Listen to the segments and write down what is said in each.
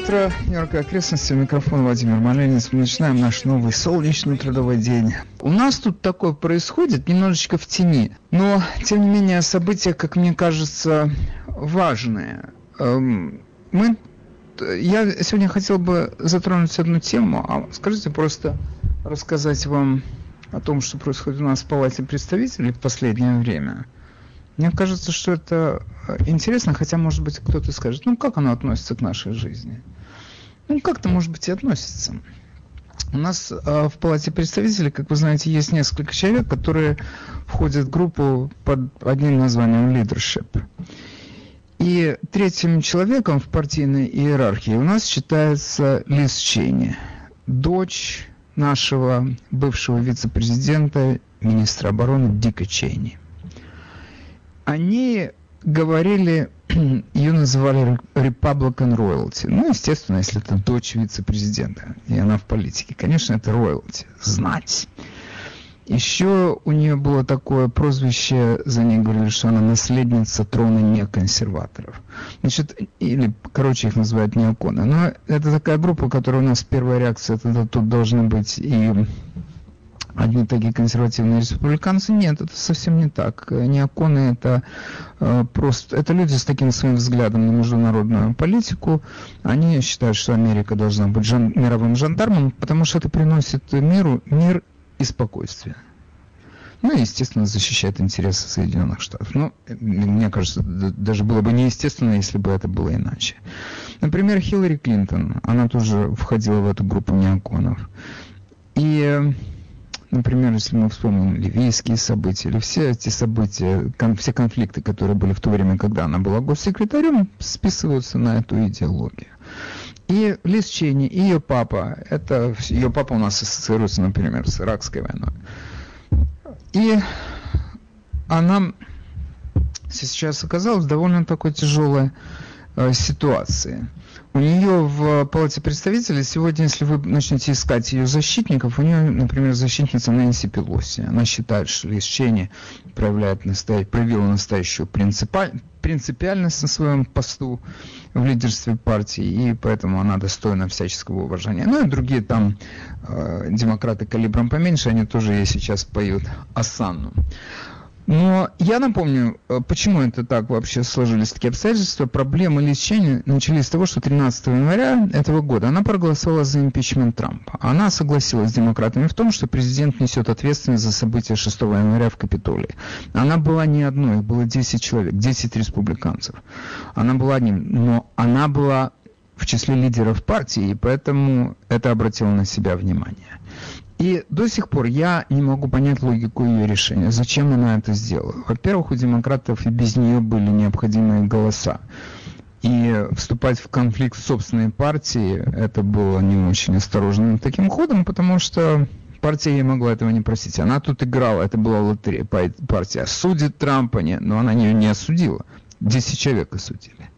утро, Нью-Йорк и окрестности. Микрофон Владимир Малинец. Мы начинаем наш новый солнечный трудовой день. У нас тут такое происходит, немножечко в тени, но, тем не менее, события, как мне кажется, важные. Я сегодня хотел бы затронуть одну тему, скажите, просто рассказать вам о том, что происходит у нас в Палате представителей в последнее время. Мне кажется, что это интересно, хотя, может быть, кто-то скажет, как оно относится к нашей жизни? Как-то, может быть, и относится. У нас в Палате представителей, как вы знаете, есть несколько человек, которые входят в группу под одним названием leadership. И третьим человеком в партийной иерархии у нас считается Лиз Чейни, дочь нашего бывшего вице-президента, министра обороны Дика Чейни. Они говорили, ее называли Republican Royalty. Естественно, если это дочь вице-президента, и она в политике, конечно, это royalty, знать. Еще у нее было такое прозвище, за ней говорили, что она наследница трона неконсерваторов. Их называют неоконы. Но это такая группа, которая у нас первая реакция, это тут должны быть и одни такие консервативные республиканцы. Нет, это совсем не так. Неоконы это это люди с таким своим взглядом на международную политику. Они считают, что Америка должна быть мировым жандармом, потому что это приносит миру мир и спокойствие. И, естественно, защищает интересы Соединенных Штатов. Мне кажется, даже было бы неестественно, если бы это было иначе. Например, Хиллари Клинтон, она тоже входила в эту группу неоконов. И, например, если мы вспомним ливийские события, или все эти события, все конфликты, которые были в то время, когда она была госсекретарем, списываются на эту идеологию. И Лиз Чейни, и ее папа у нас ассоциируется, например, с Иракской войной. И она сейчас оказалась в довольно такой тяжелой ситуации. У нее в Палате представителей сегодня, если вы начнете искать ее защитников, у нее, например, защитница Нэнси Пелоси. Она считает, что Лиз Чейни проявила настоящую принципиальность на своем посту в лидерстве партии, и поэтому она достойна всяческого уважения. И другие там демократы калибром поменьше, они тоже ей сейчас поют осанну. Но я напомню, почему это так вообще сложились такие обстоятельства. Проблемы Лиз Чейни начались с того, что 13 января этого года она проголосовала за импичмент Трампа. Она согласилась с демократами в том, что президент несет ответственность за события 6 января в Капитолии. Она была не одной, их было 10 человек, 10 республиканцев. Она была одним, но она была в числе лидеров партии, и поэтому это обратило на себя внимание. И до сих пор я не могу понять логику ее решения. Зачем она это сделала? Во-первых, у демократов и без нее были необходимые голоса. И вступать в конфликт с собственной партией, это было не очень осторожным таким ходом, потому что партия ей могла этого не просить. Она тут играла, это была лотерея. Партия осудит Трампа, но она ее не осудила. 10 человек осудили.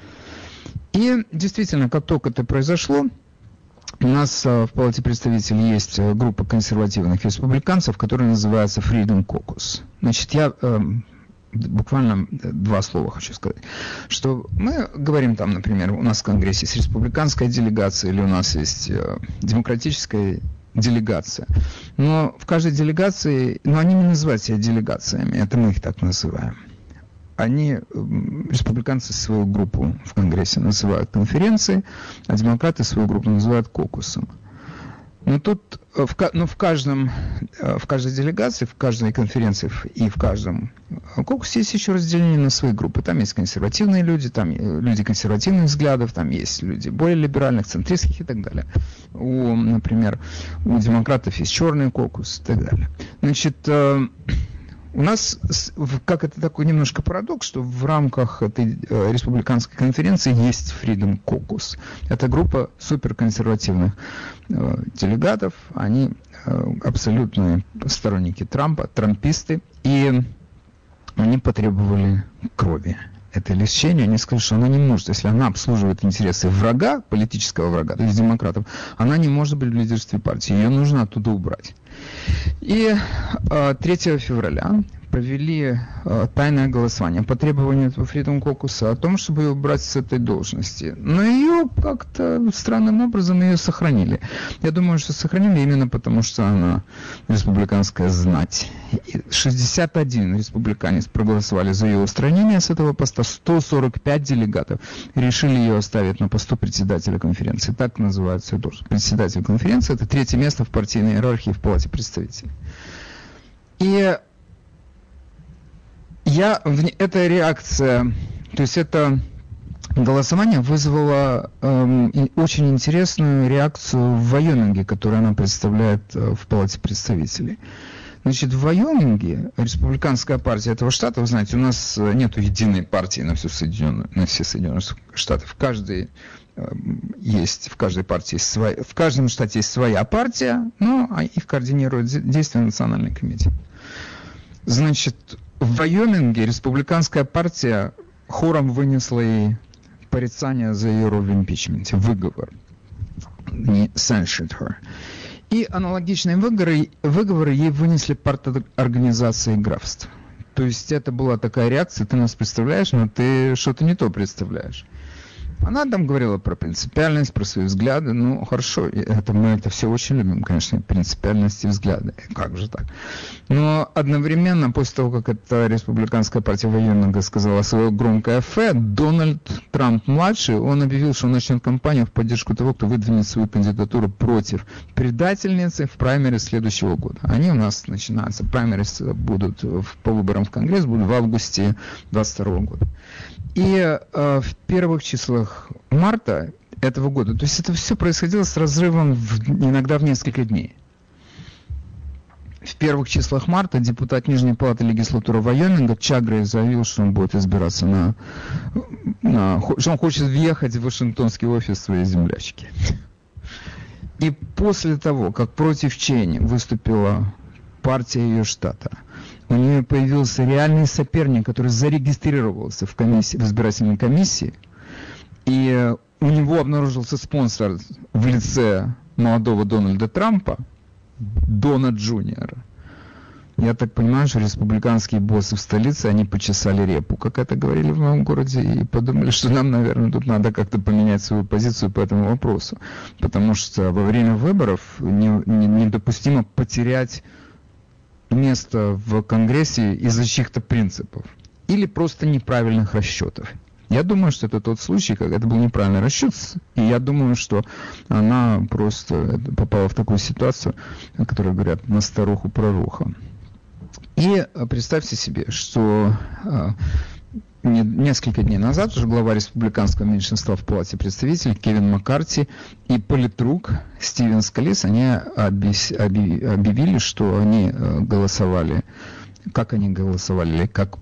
И действительно, как только это произошло, у нас в Палате представителей есть группа консервативных республиканцев, которая называется Freedom Caucus. Я буквально 2 слова хочу сказать. Что мы говорим там, например, у нас в Конгрессе есть республиканская делегация, или у нас есть демократическая делегация. Но в каждой делегации, они не называют себя делегациями, это мы их так называем. Республиканцы свою группу в Конгрессе называют конференцией, а демократы свою группу называют кокусом. Но тут в каждой делегации, в каждой конференции и в каждом кокусе есть еще разделение на свои группы. Там есть консервативные люди, там люди консервативных взглядов, там есть люди более либеральных, центристских и так далее. Например, у демократов есть черный кокус и так далее. У нас, как это такой немножко парадокс, что в рамках этой республиканской конференции есть Freedom Caucus. Это группа суперконсервативных делегатов, они абсолютные сторонники Трампа, трамписты, и они потребовали крови этой Лиз Чейни. Они сказали, что она не может, если она обслуживает интересы врага, политического врага, то есть демократов, она не может быть в лидерстве партии, ее нужно оттуда убрать. И 3 февраля провели тайное голосование по требованию этого Freedom Caucus о том, чтобы ее убрать с этой должности. Но ее как-то странным образом ее сохранили. Я думаю, что сохранили именно потому, что она республиканская знать. 61 республиканец проголосовали за ее устранение с этого поста, 145 делегатов решили ее оставить на посту председателя конференции. Так называется ее должность. Председатель конференции – это третье место в партийной иерархии в Палате представителей. И эта реакция, то есть это голосование вызвало очень интересную реакцию в Вайоминге, которую она представляет в Палате представителей. Значит, в Вайоминге республиканская партия этого штата, вы знаете, у нас нет единой партии на все Соединенные Штаты. В каждой партии есть своя, в каждом штате есть своя партия, но их координирует действия Национальной комитета. Значит, в Вайоминге республиканская партия хором вынесла ей порицание за ее роль в импичменте, выговор. Не censured her. И аналогичные выговоры ей вынесли парторганизации графств. То есть это была такая реакция: ты нас представляешь, но ты что-то не то представляешь. Она там говорила про принципиальность, про свои взгляды. Ну, хорошо, мы это все очень любим, конечно, принципиальность и взгляды. Как же так? Но одновременно, после того, как эта республиканская партия Вайоминга сказала свое громкое «фе», Дональд Трамп-младший, он объявил, что он начнет кампанию в поддержку того, кто выдвинет свою кандидатуру против предательницы в праймерис следующего года. Они у нас начинаются. Праймерис будут по выборам в Конгресс, будут в августе 2022 года. И в первых числах марта этого года, то есть это все происходило с разрывом иногда в несколько дней. В первых числах марта депутат Нижней палаты легислатуры Вайоминга Чак Грей заявил, что он будет избираться что он хочет въехать в Вашингтонский офис своей землячки. И после того, как против Чейни выступила партия ее штата, у нее появился реальный соперник, который зарегистрировался в избирательной комиссии, и у него обнаружился спонсор в лице молодого Дональда Трампа, Дона Джуниора. Я так понимаю, что республиканские боссы в столице, они почесали репу, как это говорили в моем городе, и подумали, что нам, наверное, тут надо как-то поменять свою позицию по этому вопросу. Потому что во время выборов недопустимо потерять место в Конгрессе из-за чьих-то принципов или просто неправильных расчетов. Я думаю, что это тот случай, когда это был неправильный расчет, и я думаю, что она просто попала в такую ситуацию, о которой говорят, на старуху пророха. И представьте себе, что несколько дней назад уже глава республиканского меньшинства в Палате представителей Кевин Маккарти и политрук Стивен Скалис, они объявили, что они голосовали, как как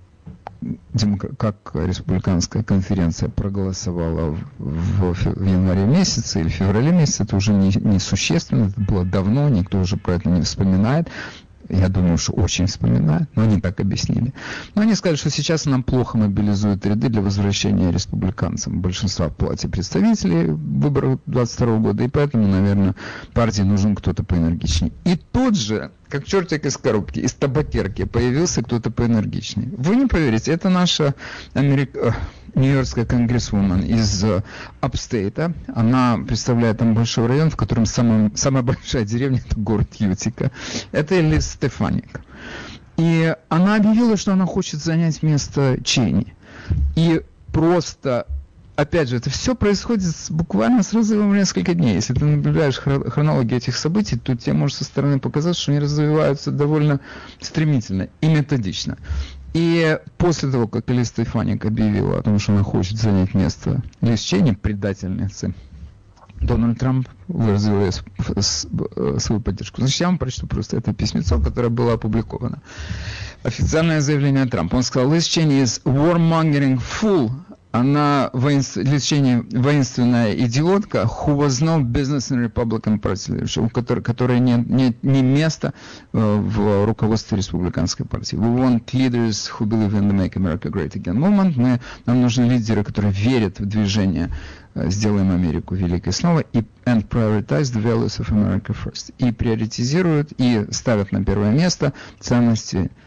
республиканская конференция проголосовала в январе месяце или феврале месяце, это уже не существенно, это было давно, никто уже про это не вспоминает. Я думаю, что очень вспоминают, но они так объяснили. Но они сказали, что сейчас нам плохо мобилизуют ряды для возвращения республиканцам большинства в Палате представителей выборов 2022 года, и поэтому, наверное, партии нужен кто-то поэнергичнее. И тут же, как чертик из коробки, из табакерки появился кто-то поэнергичнее. Вы не поверите, это наша нью-йоркская конгрессвумен из Апстейта. Она представляет там большой район, в котором самая большая деревня – это город Ютика. Это Элис Стефаник. И она объявила, что она хочет занять место Чейни. И просто, опять же, это все происходит буквально с разрывом в несколько дней. Если ты наблюдаешь хронологию этих событий, то тебе может со стороны показаться, что они развиваются довольно стремительно и методично. И после того, как Элис Стефаник объявила о том, что она хочет занять место Лиз Чейни, предательницы, Дональд Трамп выразил свою поддержку. Значит, я вам прочту просто это письмецо, которое было опубликовано. Официальное заявление Трампа. Он сказал: Liz Cheney is warmongering fool. Она Liz Cheney воинственная идиотка, who was no business in Republican Party, у которой нет места в руководстве республиканской партии. We want leaders who believe in the Make America Great Again movement. Нам нужны лидеры, которые верят в движение «Сделаем Америку великой снова» и and prioritize the values of America first. И приоритизируют и ставят на первое место ценности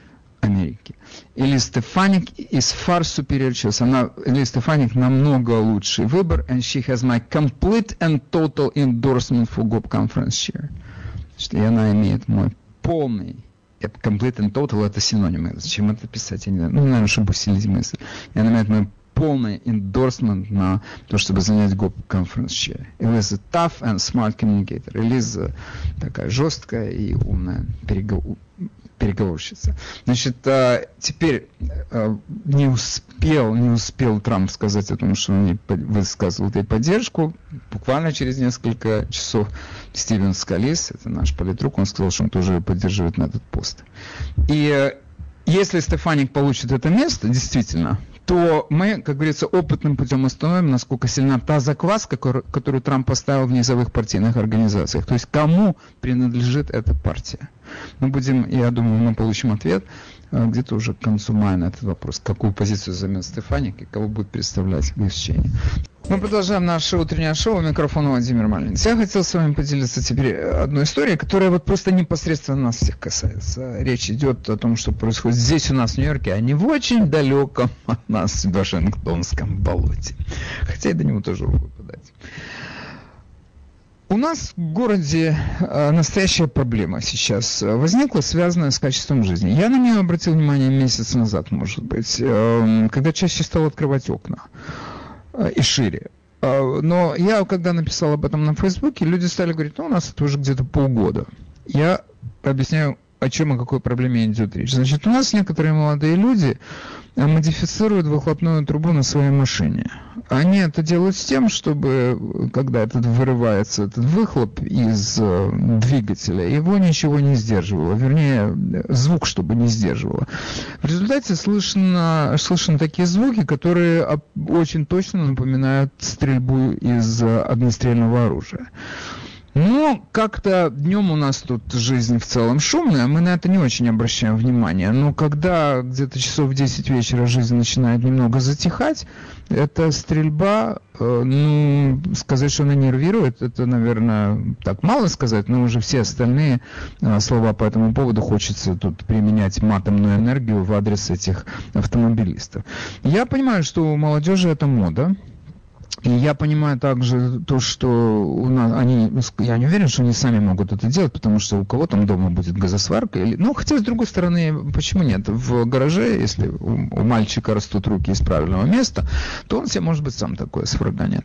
Америки. Элис Стефаник is far superior choice. Элис Стефаник намного лучший выбор, and she has my complete and total endorsement for GOP conference chair. И она имеет мой полный, complete and total это синонимы. Зачем это писать? Я не знаю. Наверное, чтобы усилить мысль. И она имеет мой полный эндорсмент на то, чтобы занять GOP conference chair. Элиза tough and smart communicator. Элиза такая жесткая и умная переговорщица. Значит, теперь не успел Трамп сказать о том, что он высказывал ей поддержку. Буквально через несколько часов Стивен Скалис, это наш политрук, он сказал, что он тоже поддерживает на этот пост. И если Стефаник получит это место, действительно, то мы, как говорится, опытным путем установим, насколько сильна та закваска, которую Трамп поставил в низовых партийных организациях. То есть кому принадлежит эта партия. Мы будем, я думаю, мы получим ответ где-то уже к концу мая на этот вопрос. Какую позицию займет Стефаник и кого будет представлять в исчезновении. Мы продолжаем наше утреннее шоу. Микрофон Владимир Малинец. Я хотел с вами поделиться теперь одной историей, которая вот просто непосредственно нас всех касается. Речь идет о том, что происходит здесь у нас в Нью-Йорке, а не в очень далеком от нас в Вашингтонском болоте. Хотя и до него тоже руку подать. У нас в городе настоящая проблема сейчас возникла, связанная с качеством жизни. Я на нее обратил внимание месяц назад, может быть, когда чаще стал открывать окна и шире. Но я, когда написал об этом на Фейсбуке, люди стали говорить, у нас это уже где-то полгода. Я объясняю, о чем и какой проблеме идет речь. Значит, у нас некоторые молодые люди модифицируют выхлопную трубу на своей машине. Они это делают с тем, чтобы, когда вырывается этот выхлоп из двигателя, его ничего не сдерживало. Вернее, звук, чтобы не сдерживало. В результате слышны такие звуки, которые очень точно напоминают стрельбу из огнестрельного оружия. Ну, как-то днем у нас тут жизнь в целом шумная, мы на это не очень обращаем внимания. Но когда где-то часов в 10 вечера жизнь начинает немного затихать, эта стрельба, сказать, что она нервирует, это, наверное, так мало сказать, но уже все остальные слова по этому поводу хочется тут применять атомную энергию в адрес этих автомобилистов. Я понимаю, что у молодежи это мода. И я понимаю также то, что у нас, я не уверен, что они сами могут это делать, потому что у кого там дома будет газосварка. Хотя, с другой стороны, почему нет? В гараже, если у мальчика растут руки из правильного места, то он себе, может быть, сам такое сварганит.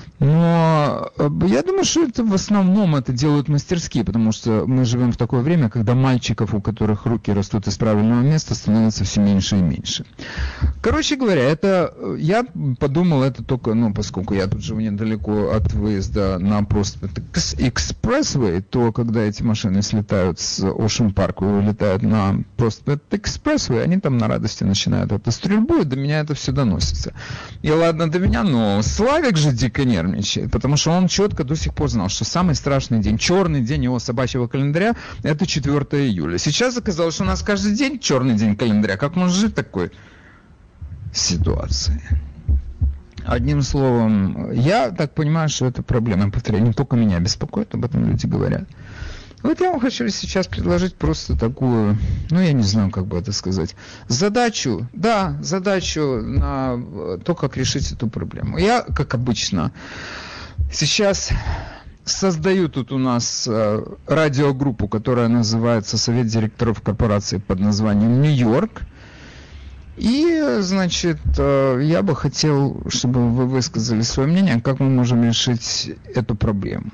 Но я думаю, что это в основном это делают мастерские, потому что мы живем в такое время, когда мальчиков, у которых руки растут из правильного места, становится все меньше и меньше. Короче говоря, я подумал, это только, поскольку я тут живу недалеко от выезда на проспект Экспрессвей, то когда эти машины слетают с Ocean Park и улетают на проспект Экспрессвей, они там на радости начинают эту стрельбу, и до меня это все доносится. И ладно до меня, но Славик же дико нервничает, потому что он четко до сих пор знал, что самый страшный день, черный день его собачьего календаря, это 4 июля. Сейчас оказалось, что у нас каждый день черный день календаря. Как можно жить в такой ситуации? Одним словом, я так понимаю, что это проблема, повторяю, не только меня беспокоит, об этом люди говорят. Вот я вам хочу сейчас предложить просто такую, я не знаю, как бы это сказать, задачу на то, как решить эту проблему. Я, как обычно, сейчас создаю тут у нас радиогруппу, которая называется «Совет директоров корпорации» под названием «Нью-Йорк». И, значит, я бы хотел, чтобы вы высказали свое мнение, как мы можем решить эту проблему.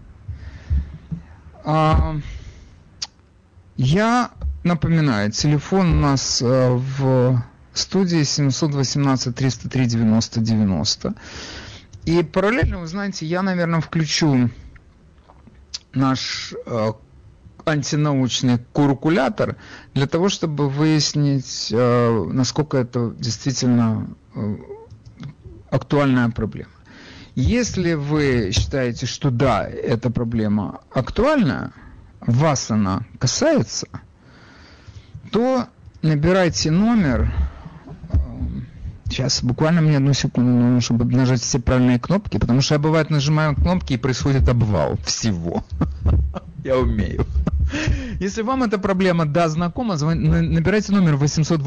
Я напоминаю, телефон у нас в студии 718-303-90-90. И параллельно, вы знаете, я, наверное, включу наш антинаучный куркулятор для того, чтобы выяснить, насколько это действительно актуальная проблема. Если вы считаете, что да, эта проблема актуальна, вас она касается, то набирайте номер. Сейчас, буквально мне 1 секунду, чтобы нажать все правильные кнопки, потому что я, бывает, нажимаю кнопки и происходит обвал всего. Я умею. Если вам эта проблема, да, знакома, набирайте номер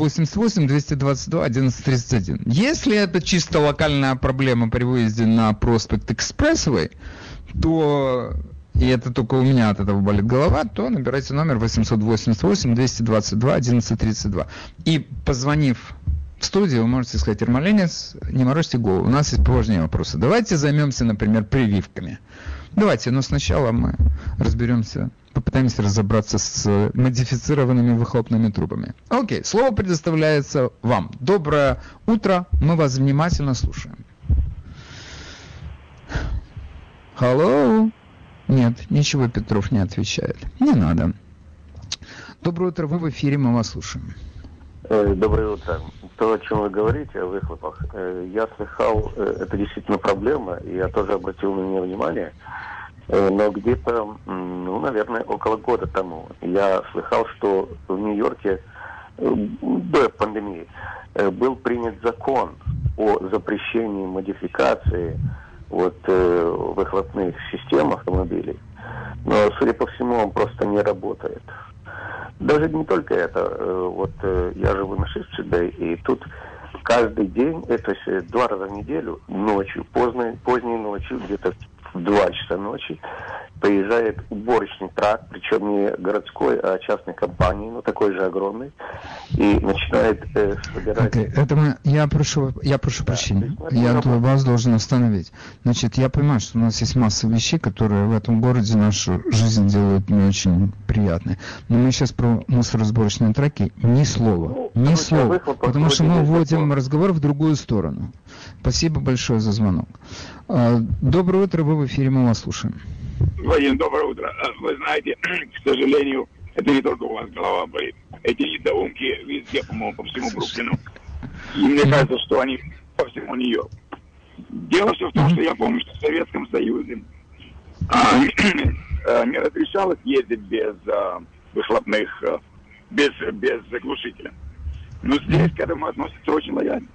888-222-1131. Если это чисто локальная проблема при выезде на проспект Экспрессовый, то, и это только у меня от этого болит голова, то набирайте номер 888-222-1132. И позвонив в студию, вы можете сказать: Ермоленец, не морочьте голову, у нас есть поважнее вопросы. Давайте займемся, например, прививками. Давайте, но сначала мы разберемся, попытаемся разобраться с модифицированными выхлопными трубами. Окей, слово предоставляется вам. Доброе утро, мы вас внимательно слушаем. Hello? Нет, ничего Петров не отвечает. Не надо. Доброе утро, вы в эфире, мы вас слушаем. Доброе утро. То, о чем вы говорите, о выхлопах, я слыхал, это действительно проблема, и я тоже обратил на нее внимание, но где-то, наверное, около года тому я слыхал, что в Нью-Йорке до пандемии был принят закон о запрещении модификации выхлопных систем автомобилей, но, судя по всему, он просто не работает. Даже не только это. Я живу на Шифтшиде, и тут каждый день, то есть 2 раза в неделю, ночью, поздней ночью, где-то в 2 часа ночи, приезжает уборочный трак, причем не городской, а частной компании, но такой же огромный, и начинает собирать... Я прошу прощения, я вас должен остановить. Значит, я понимаю, что у нас есть масса вещей, которые в этом городе нашу жизнь делают не очень приятной. Но мы сейчас про мусоросборочные траки ни слова, потому что мы уводим разговор в другую сторону. Спасибо большое за звонок. Доброе утро, вы в эфире, мы вас слушаем. Вадим, доброе утро. Вы знаете, к сожалению, это не только у вас голова болит. Эти недоумки везде, по-моему, по всему Бруклину. И мне кажется, что они по всему Нью-Йорку. Дело все в том, что я помню, что в Советском Союзе не разрешалось ездить без выхлопных, без заглушителя. Но здесь к этому относятся очень лояльно.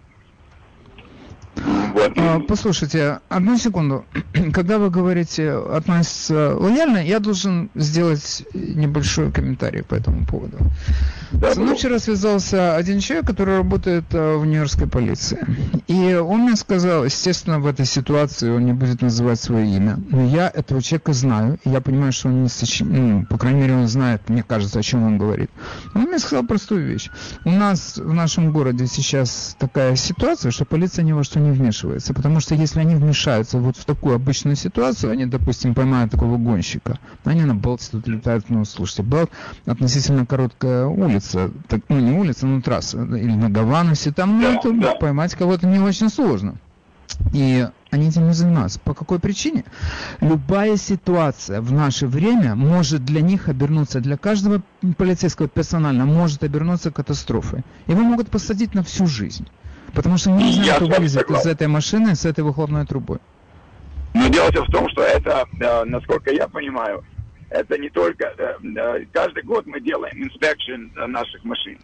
Послушайте, одну секунду. Когда вы говорите относиться лояльно, я должен сделать небольшой комментарий по этому поводу. Со мной вчера связался один человек, который работает в нью-йоркской полиции. И он мне сказал, естественно, в этой ситуации он не будет называть свое имя, но я этого человека знаю, и я понимаю, что он не по крайней мере, он знает, мне кажется, о чем он говорит. Он мне сказал простую вещь. У нас в нашем городе сейчас такая ситуация, что полиция ни во что не вмешивается, потому что если они вмешаются вот в такую обычную ситуацию, они, допустим, поймают такого гонщика, они на Белте тут летают, слушайте, Белт относительно короткая улица, не улица, но трасса, или на Гаванусе, там, поймать кого-то не очень сложно. И они этим не занимаются. По какой причине? Любая ситуация в наше время может для них обернуться, для каждого полицейского персонально может обернуться катастрофой. Его могут посадить на всю жизнь. Потому что не знаю, кто вылезет из этой машины с этой выхлопной трубой. Но дело все в том, что это, насколько я понимаю, это не только... Каждый год мы делаем инспекшн наших машин.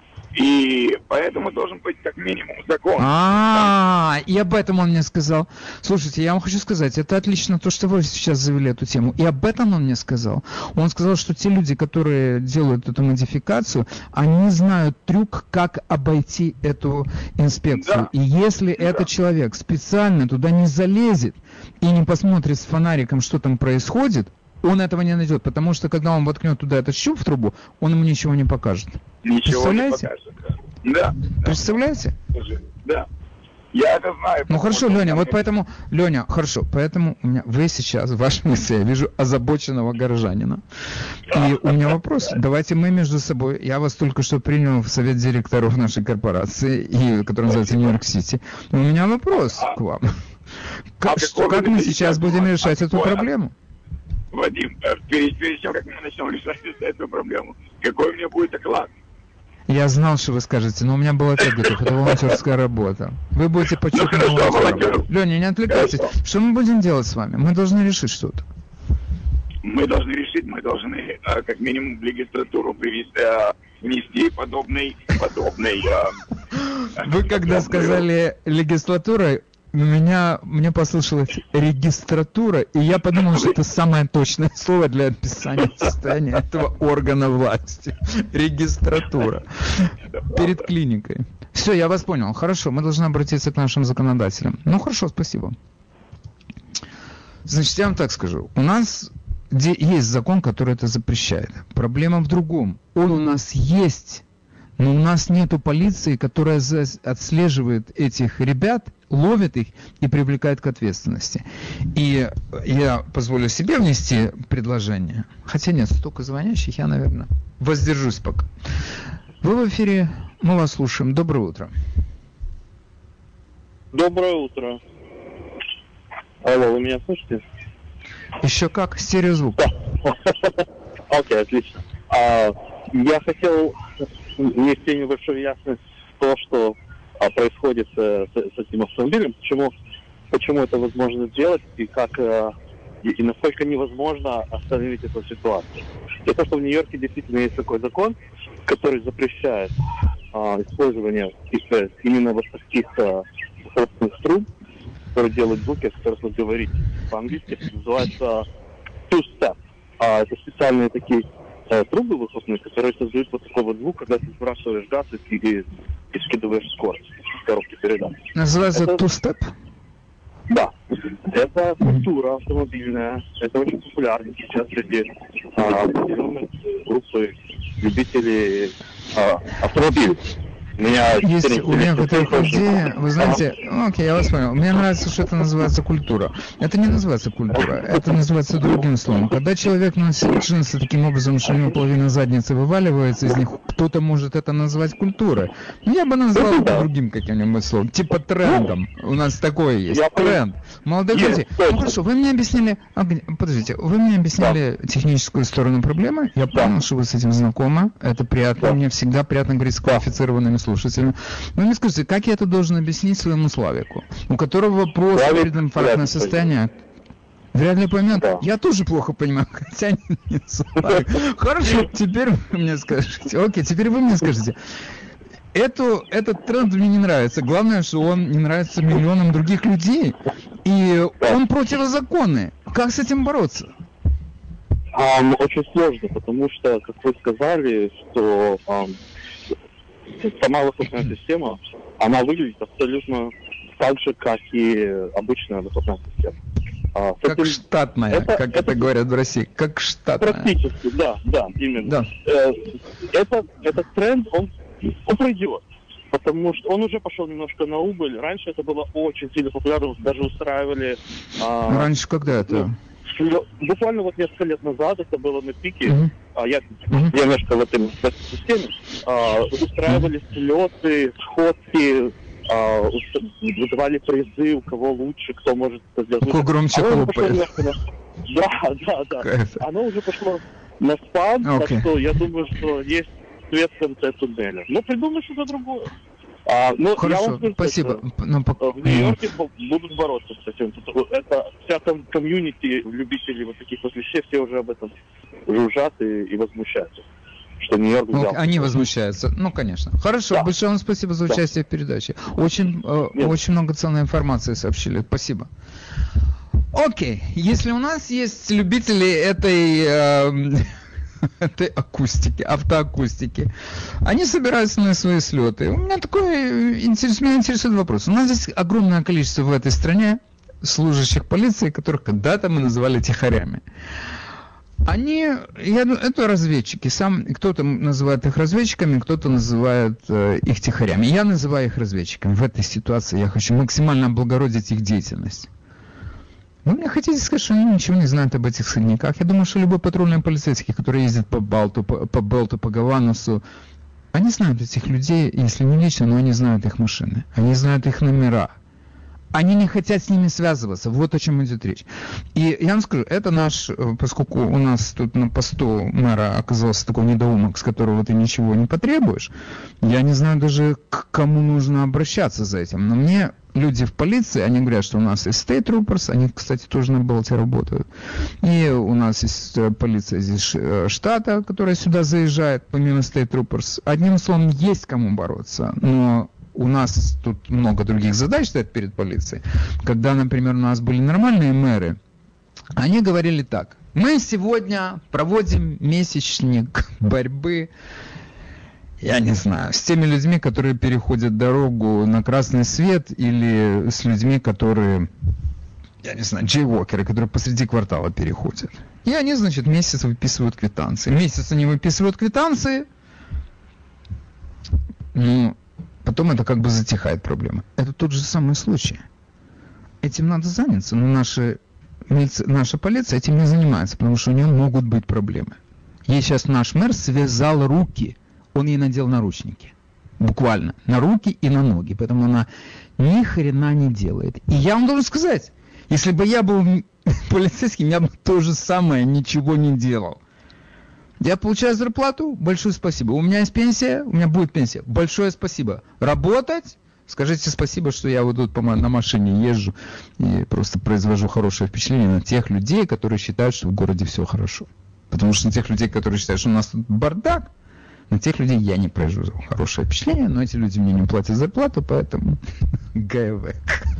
И поэтому должен быть как минимум закон. И об этом он мне сказал. Слушайте, я вам хочу сказать, это отлично то, что вы сейчас завели эту тему. И об этом он мне сказал. Он сказал, что те люди, которые делают эту модификацию, они знают трюк, как обойти эту инспекцию. И если этот человек специально туда не залезет и не посмотрит с фонариком, что там происходит, он этого не найдет, потому что когда он воткнет туда этот щуп в трубу, он ему ничего не покажет. Ничего не покажет. Да. Представляете? Да. Я это знаю. Ну хорошо, Леня, вот поэтому, поэтому у меня, вы сейчас, в вашем лице, я вижу озабоченного горожанина. И у меня вопрос, давайте мы между собой, я вас только что принял в совет директоров нашей корпорации, который называется Нью-Йорк-Сити. У меня вопрос к вам. Как мы сейчас будем решать эту проблему? Вадим, перед тем, как мы начнем решать эту проблему, какой у меня будет оклад? Я знал, что вы скажете, но у меня был ответ готов. Это волонтерская работа. Вы будете почетным волонтером. Леня, не отвлекайтесь. Что мы будем делать с вами? Мы должны решить что-то. Мы должны как минимум в регистратуру внести подобный. Вы когда сказали легислатура, мне послышалась регистратура, и я подумал, что это самое точное слово для описания состояния этого органа власти. Регистратура. Перед клиникой. Все, я вас понял. Хорошо, мы должны обратиться к нашим законодателям. Ну, хорошо, спасибо. Значит, я вам так скажу. У нас есть закон, который это запрещает. Проблема в другом. Он у нас есть, но у нас нету полиции, которая отслеживает этих ребят, ловит их и привлекает к ответственности. И я позволю себе внести предложение. Хотя нет, столько звонящих, я, наверное, воздержусь пока. Вы в эфире, мы вас слушаем. Доброе утро. Доброе утро. Алло, вы меня слышите? Еще как? Стереозвук. Да. Окей, отлично. Я хотел внести небольшую ясность в то, что происходит с этим автомобилем, почему это возможно сделать и как и насколько невозможно остановить эту ситуацию. И то, что в Нью-Йорке действительно есть такой закон, который запрещает использование именно вот таких собственных труб, которые делают звуки, о которых вы говорите по-английски, называется two-step. Это специальные такие трубы выхлопные, которые создают вот такой вот звук, когда ты сбрасываешь газ и скидываешь скорость в коробке передач. Называется two-step? Да. Это культура автомобильная. Это очень популярно сейчас среди определенных группы любителей автомобилей. Есть у некоторых людей, вы знаете, окей, я вас понял, мне нравится, что это называется культура. Это не называется культура, это называется другим словом. Когда человек носит джинсы таким образом, что у него половина задницы вываливается из них, кто-то может это назвать культурой. Но я бы назвал это другим каким-нибудь словом, типа трендом. У нас такое есть, тренд. Молодые люди, ну хорошо, вы мне объяснили, подождите, вы мне объяснили техническую сторону проблемы, я понял, что вы с этим знакомы, это приятно, мне всегда приятно говорить с квалифицированными слушателями. Вы мне скажите, как я это должен объяснить своему Славику, у которого просто прединфарктное состояние? Вряд ли поймет. Да. Я тоже плохо понимаю, хотя не Славик. Хорошо, теперь вы мне скажите. Окей, теперь вы мне скажите. Этот тренд мне не нравится. Главное, что он не нравится миллионам других людей. И он противозаконный. Как с этим бороться? Очень сложно, потому что, как вы сказали, что сама выхлопная система, она выглядит абсолютно так же, как и обычная выхлопная система. Как штатная, как это говорят в России, как штатная. Практически, да, именно. Да. Этот тренд, он пройдет, потому что он уже пошел немножко на убыль. Раньше это было очень сильно популярно, даже устраивали... Раньше когда это? Буквально вот несколько лет назад это было на пике. Я немножко в этой системе. Устраивали слеты, сходки, выдавали призы, у кого лучше, кто может это сделать. Кто громче хлопает. Да. Оно уже пошло на спад, так что я думаю, что есть свет в конце туннеля. Но придумай что-то другое. Хорошо, спасибо. В Нью-Йорке будут бороться с этим. Это вся комьюнити любителей вот таких вот вещей, все уже об этом жужжат и возмущаются. Что Нью-Йорк взял. Они возмущаются, конечно. Хорошо, да. Большое вам спасибо за участие в передаче. Очень много ценной информации сообщили. Спасибо. Окей, если у нас есть любители этой акустики, автоакустики, они собираются на свои слеты. Меня интересует вопрос. У нас здесь огромное количество в этой стране служащих полиции, которых когда-то мы называли тихарями. Это разведчики. Кто-то называет их разведчиками, кто-то называет их тихарями. Я называю их разведчиками. В этой ситуации я хочу максимально облагородить их деятельность. Вы мне хотите сказать, что они ничего не знают об этих сходниках? Я думаю, что любой патрульный полицейский, который ездит по Белту, по Гаванусу, они знают этих людей, если не лично, но они знают их машины, они знают их номера. Они не хотят с ними связываться. Вот о чем идет речь. И я вам скажу, это поскольку у нас тут на посту мэра оказался такой недоумок, с которого ты ничего не потребуешь, я не знаю даже, к кому нужно обращаться за этим. Но мне люди в полиции, они говорят, что у нас есть State Troopers, они, кстати, тоже на Белте работают. И у нас есть полиция здесь штата, которая сюда заезжает, помимо State Troopers. Одним словом, есть кому бороться. Но у нас тут много других задач стоят перед полицией. Когда, например, у нас были нормальные мэры, они говорили так: мы сегодня проводим месячник борьбы, я не знаю, с теми людьми, которые переходят дорогу на красный свет, или с людьми, которые, я не знаю, джейвокеры, которые посреди квартала переходят. И они, значит, месяц выписывают квитанции. Месяц они выписывают квитанции, ну, потом это как бы затихает проблема. Это тот же самый случай. Этим надо заняться, но наша полиция этим не занимается, потому что у нее могут быть проблемы. Ей сейчас наш мэр связал руки, он ей надел наручники. Буквально. На руки и на ноги. Поэтому она ни хрена не делает. И я вам должен сказать, если бы я был полицейским, я бы то же самое ничего не делал. Я получаю зарплату, большое спасибо. У меня есть пенсия, у меня будет пенсия. Большое спасибо. Работать? Скажите спасибо, что я вот тут на машине езжу и просто произвожу хорошее впечатление на тех людей, которые считают, что в городе все хорошо. Потому что на тех людей, которые считают, что у нас тут бардак, на тех людей я не произвожу хорошее впечатление, но эти люди мне не платят зарплату, поэтому ГВ,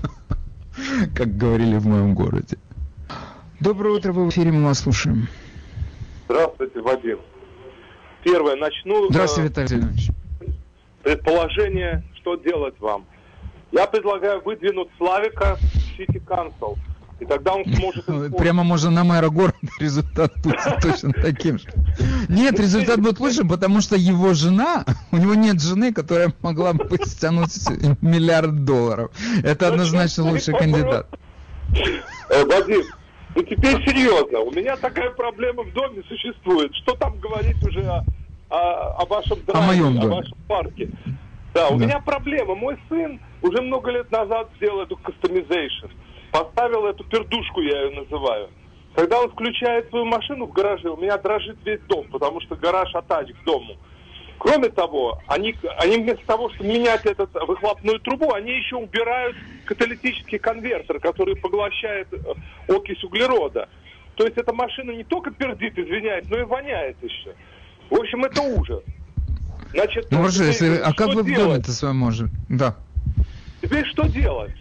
как говорили в моем городе. Доброе утро, вы в эфире, мы вас слушаем. Здравствуйте, Вадим. Первое, начну... Здравствуйте, Виталий Иванович. Предположение, что делать вам. Я предлагаю выдвинуть Славика в City Council, и тогда он сможет... Прямо можно на мэра города, результат будет точно таким же. Нет, результат будет лучше, потому что его жена, у него нет жены, которая могла бы стянуть $1 миллиард. Это однозначно лучший кандидат. Вадим, ну теперь серьезно, у меня такая проблема в доме существует. Что там говорить уже о вашем драйве, о вашем парке? Да, у меня проблема. Мой сын уже много лет назад сделал эту customization. Поставил эту пердушку, я ее называю. Когда он включает свою машину в гараже, у меня дрожит весь дом, потому что гараж attached к дому. Кроме того, они вместо того, чтобы менять эту выхлопную трубу, они еще убирают каталитический конвертер, который поглощает окись углерода. То есть эта машина не только пердит, извиняюсь, но и воняет еще. В общем, это ужас. Значит, ну, а как вы в доме-то с вами можете? Да. Теперь что делать?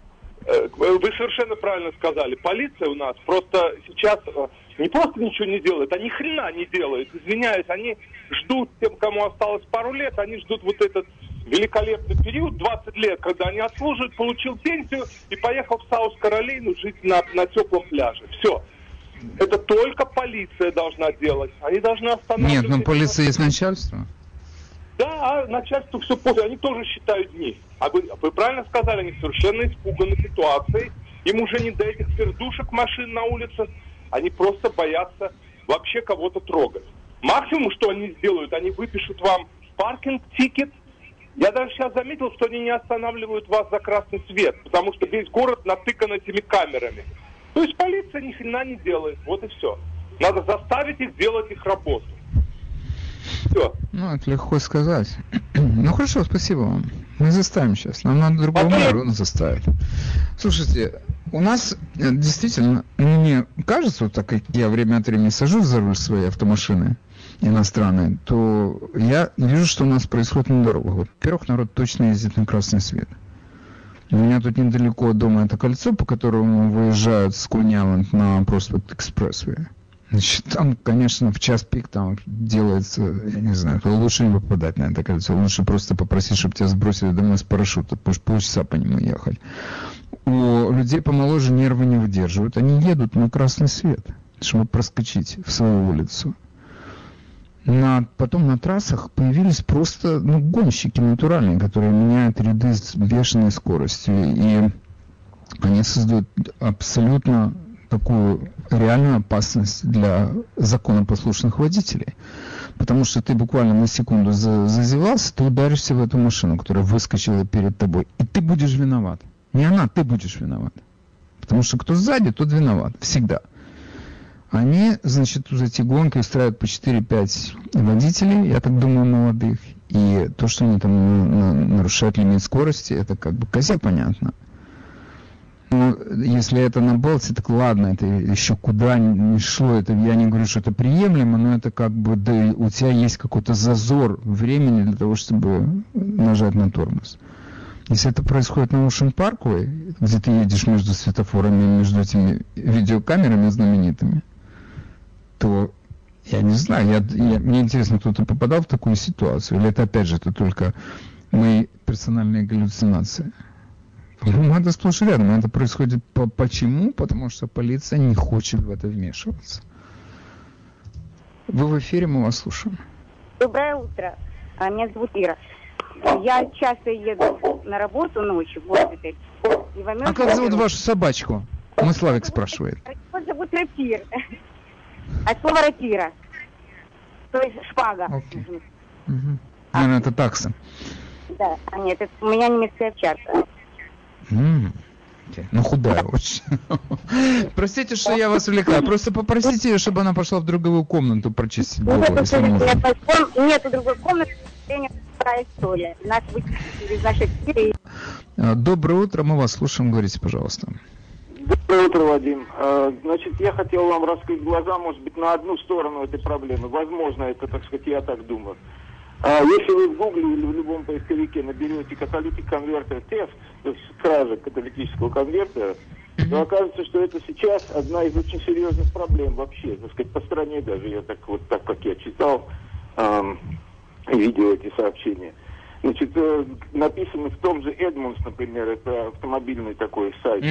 Вы совершенно правильно сказали. Полиция у нас просто сейчас не просто ничего не делает, а ни хрена не делает. Извиняюсь, они ждут тем, кому осталось пару лет, они ждут вот этот великолепный период, 20 лет, когда они отслуживают, получил пенсию и поехал в Саус-Каролину жить на теплом пляже. Все. Это только полиция должна делать. Они должны останавливать... Нет, но полиция есть начальство. Да, начальству все пофиг, они тоже считают дни. А вы правильно сказали, они совершенно испуганы ситуацией. Им уже не до этих пердушек машин на улице. Они просто боятся вообще кого-то трогать. Максимум, что они сделают, они выпишут вам паркинг-тикет. Я даже сейчас заметил, что они не останавливают вас за красный свет, потому что весь город натыкан этими камерами. То есть полиция ни хрена не делает. Вот и все. Надо заставить их делать их работу. Все. Ну, это легко сказать. Ну, хорошо, спасибо вам. Мы заставим сейчас. Нам надо другого мэра заставить. Слушайте, у нас действительно, мне кажется, вот так как я время от времени сажусь за руль своей автомашины иностранной, то я вижу, что у нас происходит на дорогах. Во-первых, народ точно ездит на красный свет. У меня тут недалеко от дома это кольцо, по которому выезжают с Кунь-Айленд на Проспект Экспрессвей. Значит, там, конечно, в час пик там делается, я не знаю, лучше не попадать на это кольцо, лучше просто попросить, чтобы тебя сбросили домой с парашюта, потому что полчаса по нему ехать. У людей помоложе нервы не выдерживают, они едут на красный свет, чтобы проскочить в свою улицу. Потом на трассах появились просто гонщики натуральные, которые меняют ряды с бешеной скоростью, и они создают абсолютно такую реальную опасность для законопослушных водителей. Потому что ты буквально на секунду зазевался, ты ударишься в эту машину, которая выскочила перед тобой, и ты будешь виноват. Не она, ты будешь виноват. Потому что кто сзади, тот виноват. Всегда. Они, значит, за эти гонки устраивают по 4-5 водителей, я так думаю, молодых. И то, что они там нарушают лимит скорости, это как бы козе понятно. Ну, если это на Балтии, так ладно, это еще куда ни шло, это я не говорю, что это приемлемо, но это как бы, да, у тебя есть какой-то зазор времени для того, чтобы нажать на тормоз. Если это происходит на Ocean Parkway, где ты едешь между светофорами, между этими видеокамерами знаменитыми, то я не знаю, мне интересно, кто-то попадал в такую ситуацию, или это опять же это только мои персональные галлюцинации? По-моему, это сплошь и рядом. Это происходит почему? Потому что полиция не хочет в это вмешиваться. Вы в эфире, мы вас слушаем. Доброе утро. Меня зовут Ира. Я часто еду на работу ночью в госпиталь. А как зовут вашу собачку? Мы Славик спрашивает. Его зовут Рапир. От слова рапира. То есть шпага. Okay. Наверное, это такса. Да, нет, это у меня немецкая овчарка. Okay. Ну, худая очень. Простите, что я вас увлекаю. Просто попросите ее, чтобы она пошла в другую комнату прочистить голову. Нет другой комнаты. Вторая история. Нас вычислили из нашей эфиры. Доброе утро, мы вас слушаем. Говорите, пожалуйста. Доброе утро, Вадим. Значит, я хотел вам раскрыть глаза, может быть, на одну сторону этой проблемы. Возможно, это, так сказать, я так думаю. Если вы в Гугле или в любом поисковике наберете каталитик конвертер тест, то есть кража каталитического конвертера, то окажется, что это сейчас одна из очень серьезных проблем вообще, так сказать, по стране даже. Я так как я читал, видел эти сообщения. Значит, написано в том же Edmunds, например, это автомобильный такой сайт.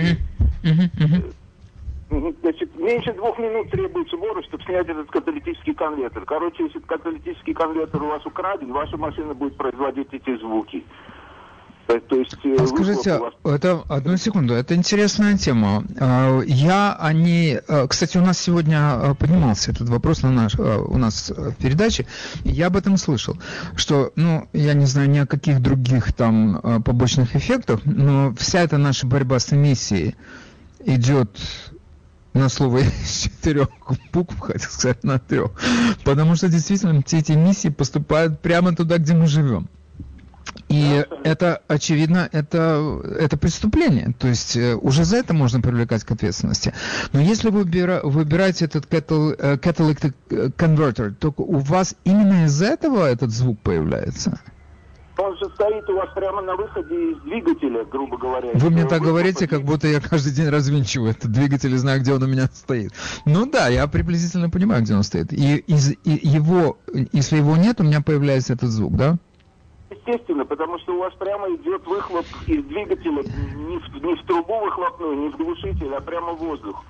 Значит, меньше 2 минут требуется вору, чтобы снять этот каталитический конвертер. Короче, если этот каталитический конвертер у вас украден, ваша машина будет производить эти звуки. То есть, скажите, это одну секунду, это интересная тема. Я о ней, кстати, у нас сегодня поднимался этот вопрос у нас в передаче, и я об этом слышал, что, я не знаю ни о каких других там побочных эффектах, но вся эта наша борьба с эмиссией идет на слово из 4 букв, хотел сказать на 3, потому что действительно все эти эмиссии поступают прямо туда, где мы живем. И это, очевидно, это преступление. То есть уже за это можно привлекать к ответственности. Но если вы выбираете этот catalytic converter, то у вас именно из-за этого этот звук появляется? Он же стоит у вас прямо на выходе из двигателя, грубо говоря. Вы мне так говорите, как будто я каждый день развинчиваю этот двигатель и знаю, где он у меня стоит. Ну да, я приблизительно понимаю, где он стоит. И если его нет, у меня появляется этот звук, да? Естественно, потому что у вас прямо идет выхлоп из двигателя не в трубу выхлопную, не в глушитель, а прямо в воздух.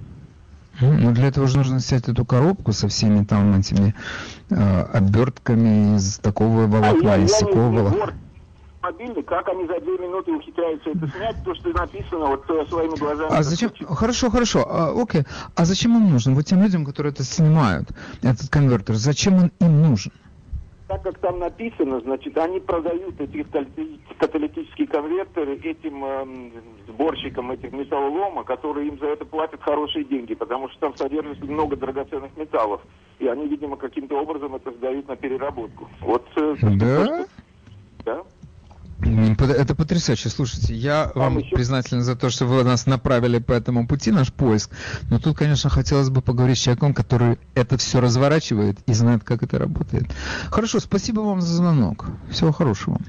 Ну, для этого же нужно снять эту коробку со всеми там этими обертками из такого волокна, из такого волокна. Мобильный, как они за 2 минуты ухитряются это снять, то, что написано вот своими глазами. А зачем? Хорошо. Окей. А зачем он нужен? Вот тем людям, которые это снимают, этот конвертер, зачем он им нужен? Так как там написано, значит, они продают эти каталитические конвертеры этим сборщикам этих металлолома, которые им за это платят хорошие деньги, потому что там содержится много драгоценных металлов. И они, видимо, каким-то образом это сдают на переработку. Вот. Да? Да. Это потрясающе. Слушайте, я вам признателен за то, что вы нас направили по этому пути, наш поиск. Но тут, конечно, хотелось бы поговорить с человеком, который это все разворачивает и знает, как это работает. Хорошо, спасибо вам за звонок. Всего хорошего.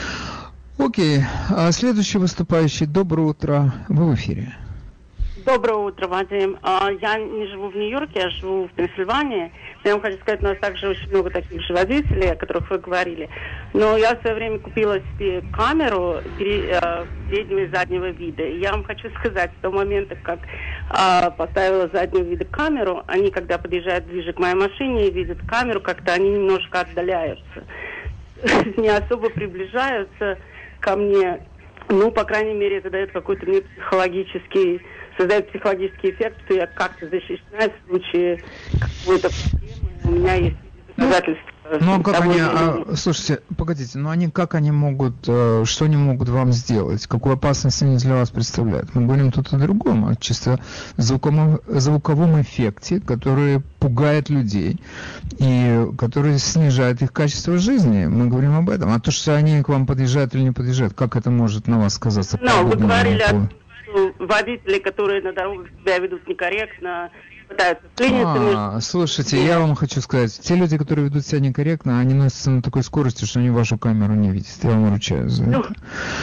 Окей, следующий выступающий. Доброе утро. Вы в эфире. Доброе утро, Вадим. Я не живу в Нью-Йорке, я живу в Пенсильвании. Я вам хочу сказать, у нас также очень много таких же водителей, о которых вы говорили. Но я в свое время купила себе камеру переднего и заднего вида. И я вам хочу сказать, с того момента, как поставила заднего вида камеру, они, когда подъезжают ближе к моей машине и видят камеру, как-то они немножко отдаляются. Не особо приближаются ко мне. Ну, по крайней мере, это дает какой-то мне создает психологический эффект, что я как-то защищаюсь в случае какой-то проблемы. У меня есть доказательства. Ну, а как они, слушайте, погодите, как они могут, что они могут вам сделать? Какую опасность они для вас представляют? Мы говорим тут о другом, о чисто звуковом эффекте, который пугает людей и который снижает их качество жизни. Мы говорим об этом. А то, что они к вам подъезжают или не подъезжают, как это может на вас сказаться? Ну, вы говорили о водителей, которые на дорогах себя ведут некорректно, пытаются клиниться. Слушайте, я вам хочу сказать, те люди, которые ведут себя некорректно, они носятся на такой скорости, что они вашу камеру не видят. Я вам ручаюсь за это.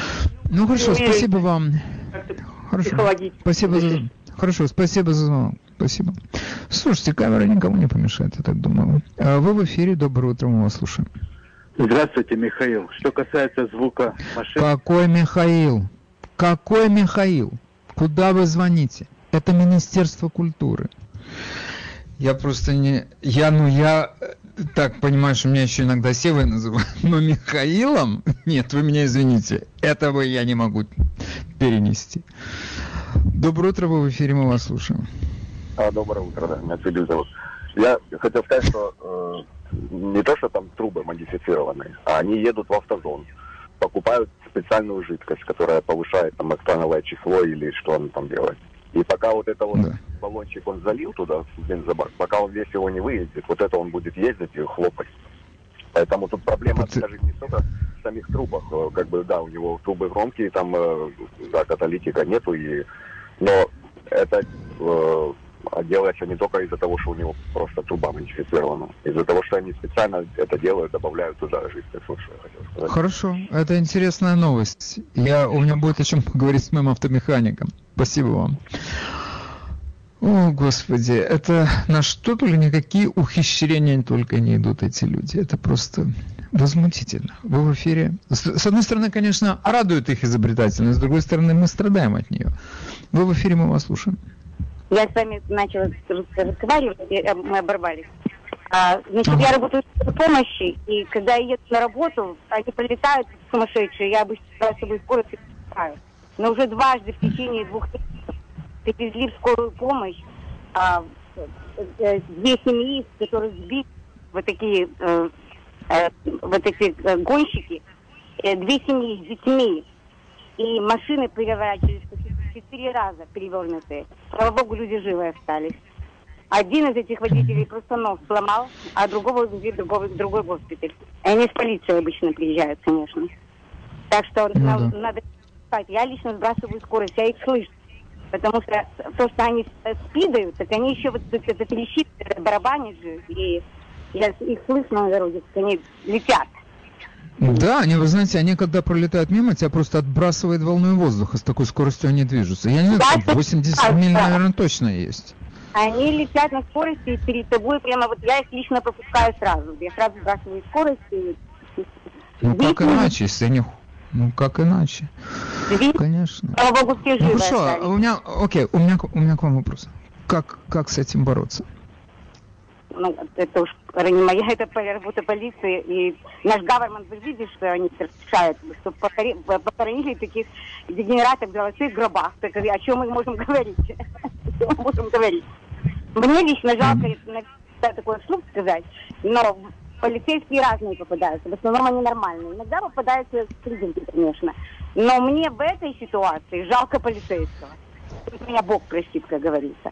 Ну хорошо, спасибо вам. Хорошо. Спасибо за... Хорошо, спасибо за звонок. Спасибо. Слушайте, камера никому не помешает, я так думаю. Вы в эфире, доброе утро, мы вас слушаем. Здравствуйте, Михаил. Что касается звука машин... Какой Михаил? Какой Михаил? Куда вы звоните? Это Министерство культуры. Я просто не... Я так понимаю, что меня еще иногда Севой называют, но Михаилом? Нет, вы меня извините. Этого я не могу перенести. Доброе утро, вы в эфире, мы вас слушаем. Доброе утро, да, меня Цибиль зовут. Я хотел сказать, что не то, что там трубы модифицированные, а они едут в автозон, покупают специальную жидкость, которая повышает там октановое число или что он там делает. И пока вот это вот баллончик он залил туда, в бензобак, пока он весь его не выездит, вот это он будет ездить и хлопать. Поэтому тут проблема, скажем, не столько в самих трубах, как бы, да, у него трубы громкие, там, да, каталитика нету, но это делается не только из-за того, что у него просто труба модифицирована, из-за того, что они специально это делают, добавляют туда жидкость. Вот что я хотел сказать. Хорошо, это интересная новость. У меня будет о чем поговорить с моим автомехаником. Спасибо вам. О, Господи, это на что только никакие ухищрения только не идут эти люди. Это просто возмутительно. Вы в эфире. С одной стороны, конечно, радует их изобретательность, с другой стороны, мы страдаем от нее. Вы в эфире, мы вас слушаем. Я с вами начала разговаривать, мы оборвались. Значит, я работаю в помощи, и когда я еду на работу, они прилетают сумасшедшие, я обычно с собой скорость пускаю. Но уже дважды в течение 2 месяцев привезли в скорую помощь 2 семьи, которые сбили вот эти гонщики, 2 семьи с детьми, и машины переворачивались 4 раза перевернутые. Слава богу, люди живы остались. Один из этих водителей просто нос сломал, а другого везли в другой госпиталь. И они с полицией обычно приезжают, конечно. Так что надо... Я лично сбрасываю скорость, я их слышу. Потому что то, что они спидают, так они еще вот это трещит, это барабанит же. И я их слышу на дороге, как они летят. Да, вы знаете, они когда пролетают мимо, тебя просто отбрасывает волной воздуха, с такой скоростью они движутся. Я не знаю, 80 миль, наверное, точно есть. Они летят на скорости, и перед тобой прямо вот я их лично пропускаю сразу. Я сразу сбрасываю скорость. Как иначе, если они... как иначе? Конечно. Слава богу, все живы. Хорошо, у меня к вам вопрос. Как с этим бороться? Это уж не моя, это работа полиции. И наш гавермент, вы видите, что они решают, что похоронили таких дегенератов в золотых гробах. Так о чем мы можем говорить? Мне лично жалко такое вслух сказать, но полицейские разные попадаются. В основном они нормальные. Иногда попадаются студенты, конечно. Но мне в этой ситуации жалко полицейского. Меня Бог простит, как говорится.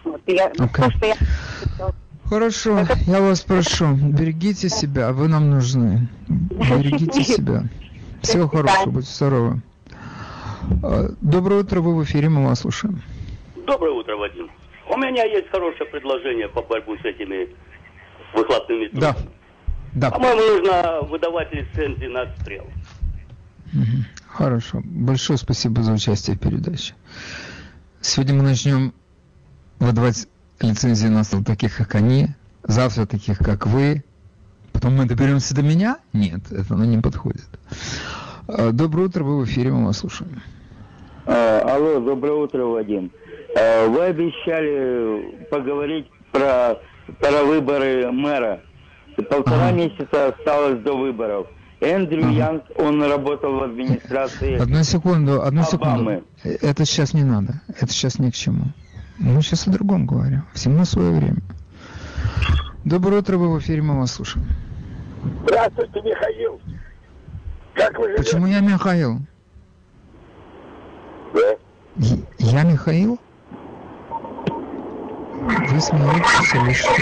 Хорошо, я вас прошу, берегите себя, вы нам нужны. Берегите себя. Всего хорошего, будьте здоровы. Доброе утро, вы в эфире, мы вас слушаем. Доброе утро, Вадим. У меня есть хорошее предложение по борьбе с этими выхлопными трубами. Да. По-моему, нужно выдавать лицензии на отстрел. Хорошо. Большое спасибо за участие в передаче. Сегодня мы начнем выдавать лицензии на таких, как они, завтра таких, как вы. Потом мы доберемся до меня? Нет, это не подходит. Доброе утро, вы в эфире, мы вас слушаем. Алло, доброе утро, Вадим. Вы обещали поговорить про выборы мэра. 1,5 месяца осталось до выборов. Эндрю Янг, он работал в администрации. Одну секунду. Обамы. Это сейчас не надо. Это сейчас ни к чему. Мы сейчас о другом говорим. Всему свое время. Доброе утро, вы в эфире, мы вас слушаем. Здравствуйте, Михаил. Как вы живете? Почему я Михаил? Да. Я Михаил? Вы смеетесь или что?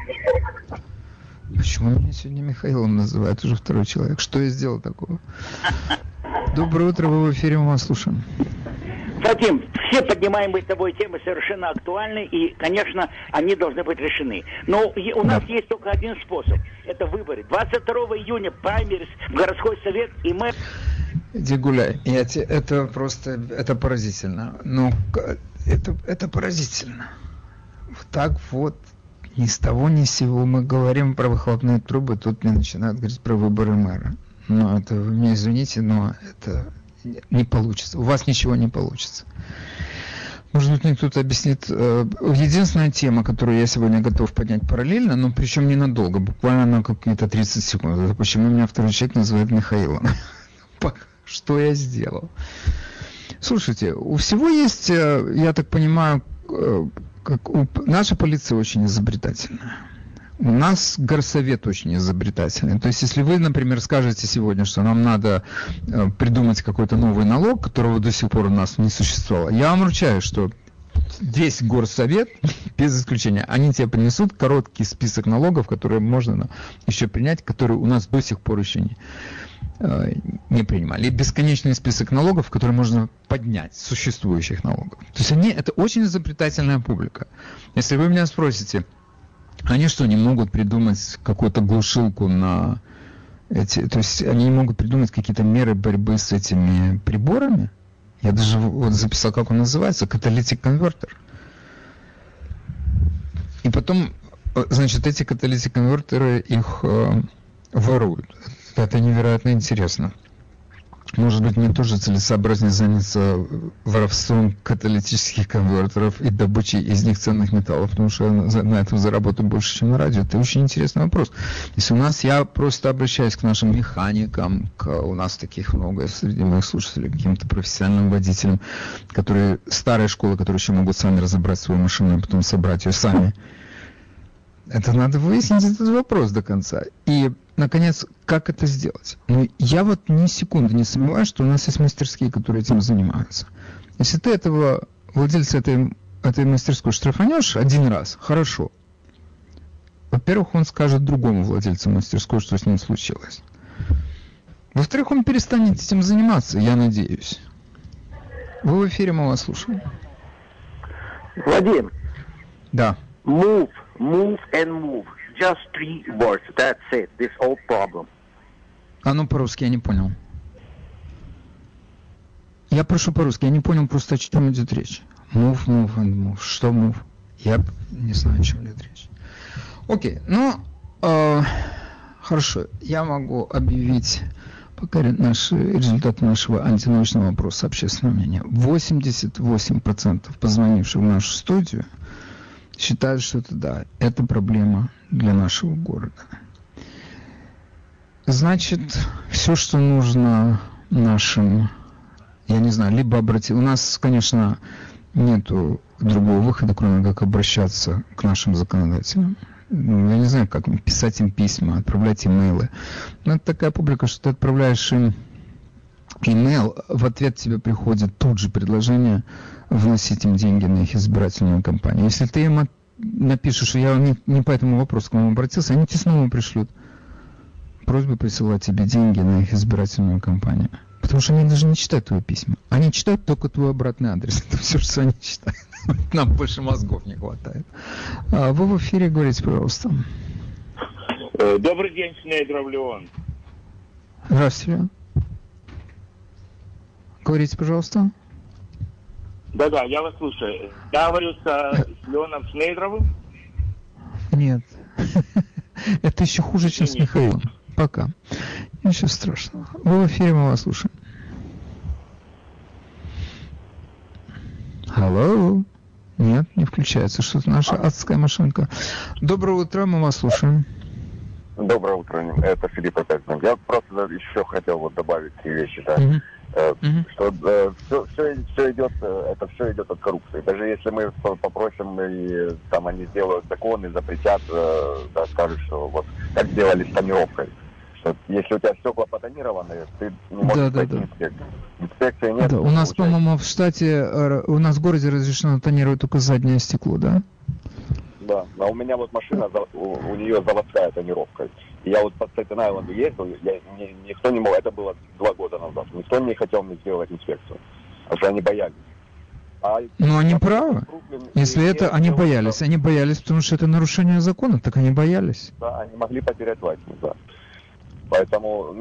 Почему меня сегодня Михаилом называют? Уже второй человек. Что я сделал такого? Доброе утро, вы в эфире, мы вас слушаем. Вадим, все поднимаемые тобой темы совершенно актуальны, и, конечно, они должны быть решены. Но у нас есть только один способ. Это выборы. 22 июня праймерис в городской совет и мэр. Иди гуляй. Это просто, это поразительно. Ну, это поразительно. Вот так вот, ни с того ни с сего мы говорим про выхлопные трубы, тут мне начинают говорить про выборы мэра. Но это, вы меня извините, но это не получится. У вас ничего не получится. Может быть, мне кто-то объяснит. Единственная тема, которую я сегодня готов поднять параллельно, но причем ненадолго, буквально на какие-то 30 секунд. Это почему меня второй человек называет Михаилом. Что я сделал? Слушайте, у всего есть, я так понимаю, наша полиция очень изобретательная. У нас горсовет очень изобретательный. То есть, если вы, например, скажете сегодня, что нам надо придумать какой-то новый налог, которого до сих пор у нас не существовало, я вам ручаюсь, что весь горсовет, без исключения, они тебе принесут короткий список налогов, которые можно еще принять, которые у нас до сих пор еще не принимали. И бесконечный список налогов, которые можно поднять, существующих налогов. То есть это очень изобретательная публика. Если вы меня спросите, они что, не могут придумать какую-то глушилку на эти... То есть они не могут придумать какие-то меры борьбы с этими приборами? Я даже вот записал, как он называется, каталитик конвертер. И потом, значит, эти каталитик конвертеры их воруют. Это невероятно интересно. Может быть, мне тоже целесообразнее заняться воровством каталитических конвертеров и добычей из них ценных металлов, потому что я на этом заработаю больше, чем на радио. Это очень интересный вопрос. Если у нас, я просто обращаюсь к нашим механикам, у нас таких много среди моих слушателей, к каким-то профессиональным водителям, которые старой школы, которые еще могут сами разобрать свою машину и потом собрать ее сами. Это надо выяснить этот вопрос до конца. И, наконец, как это сделать? Ну, я вот ни секунды не сомневаюсь, что у нас есть мастерские, которые этим занимаются. Если ты этого владельца этой мастерской штрафанешь один раз, хорошо. Во-первых, он скажет другому владельцу мастерской, что с ним случилось. Во-вторых, он перестанет этим заниматься, я надеюсь. Вы в эфире, мы вас слушаем. Вадим. Да. Move and move. Just 3 words. That's it. This whole problem. А ну по-русски, я не понял. Я прошу по-русски, я не понял просто, о чем идет речь. Move and move. Что move? Я не знаю, о чем идет речь. Окей, ну, хорошо. Я могу объявить пока результаты нашего антинаучного опроса общественного мнения. 88% позвонивших в нашу студию считают, что это проблема для нашего города. Значит, все, что нужно нашим, я не знаю, либо обратиться... У нас, конечно, нету другого выхода, кроме как обращаться к нашим законодателям. Я не знаю, как писать им письма, отправлять имейлы. Но это такая публика, что ты отправляешь им имейл, в ответ тебе приходит тут же предложение вносить им деньги на их избирательную кампанию. Если ты им напишешь, что я не по этому вопросу к вам обратился, они тебе снова пришлют просьбу присылать тебе деньги на их избирательную кампанию. Потому что они даже не читают твои письма. Они читают только твой обратный адрес. Это все, что они читают. Нам больше мозгов не хватает. Вы в эфире, говорите, пожалуйста. Добрый день, Шнейдров Леон. Здравствуйте. Говорите, пожалуйста. Да, я вас слушаю. Я говорю с Леоном Шнейдровым. Нет. Это еще хуже, чем с Михаилом. Пока. Ничего страшного. Вы в эфире, мы вас слушаем. Алло. Нет, не включается. Что-то наша адская машинка. Доброе утро, мы вас слушаем. Доброе утро, это Филипп опять. Я просто еще хотел добавить 3 вещи, да. Что все идет от коррупции. Даже если мы попросим, и там они сделают закон и запретят, скажут, что вот как сделали с тонировкой. Что если у тебя стекла потонированные, ты не можешь пройти инспекцию. Инспекции нет. Да, у нас, по-моему, в штате, у нас в городе разрешено тонировать только заднее стекло, да? Да, а у меня вот машина, у нее заводская тонировка. И я вот по Стейтен-Айленду ездил, никто не мог, это было 2 года назад, никто не хотел мне сделать инспекцию, потому что они боялись. Но они правы. Если это, они боялись, потому что это нарушение закона, так они боялись. Да, они могли потерять лайсенс, да. Поэтому, но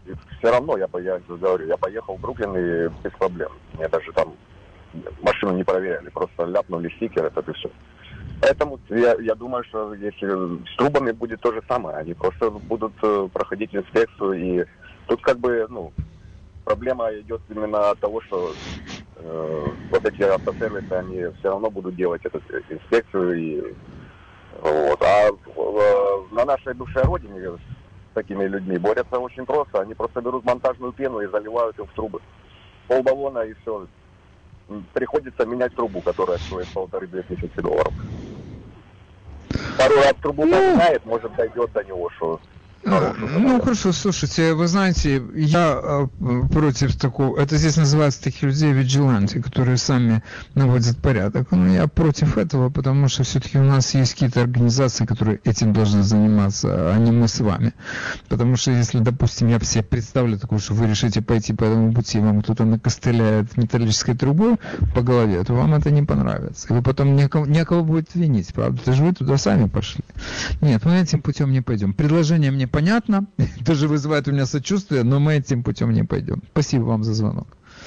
все равно, я говорю, я поехал в Бруклин и без проблем. Мне даже там машину не проверяли, просто ляпнули стикер, это и все. Поэтому я думаю, что если с трубами будет то же самое, они просто будут проходить инспекцию, и тут как бы, проблема идет именно от того, что вот эти автосервисы, они все равно будут делать эту инспекцию, и вот. А на нашей бывшей родине с такими людьми борются очень просто, они просто берут монтажную пену и заливают ее в трубы. Полбаллона и все. Приходится менять трубу, которая стоит $1500-2000. Второй раз трубу поменяет, может дойдет до него, что... Хорошо, слушайте, вы знаете, я против такого, это здесь называется таких людей виджиланти, которые сами наводят порядок. Но я против этого, потому что все-таки у нас есть какие-то организации, которые этим должны заниматься, а не мы с вами. Потому что если, допустим, я себе представлю такое, что вы решите пойти по этому пути, вам кто-то накостыляет металлической трубой по голове, то вам это не понравится. И вы потом некого будет винить, правда? Это же вы туда сами пошли. Нет, мы этим путем не пойдем. Предложение мне понятно, даже вызывает у меня сочувствие, но мы этим путем не пойдем. Спасибо вам за звонок.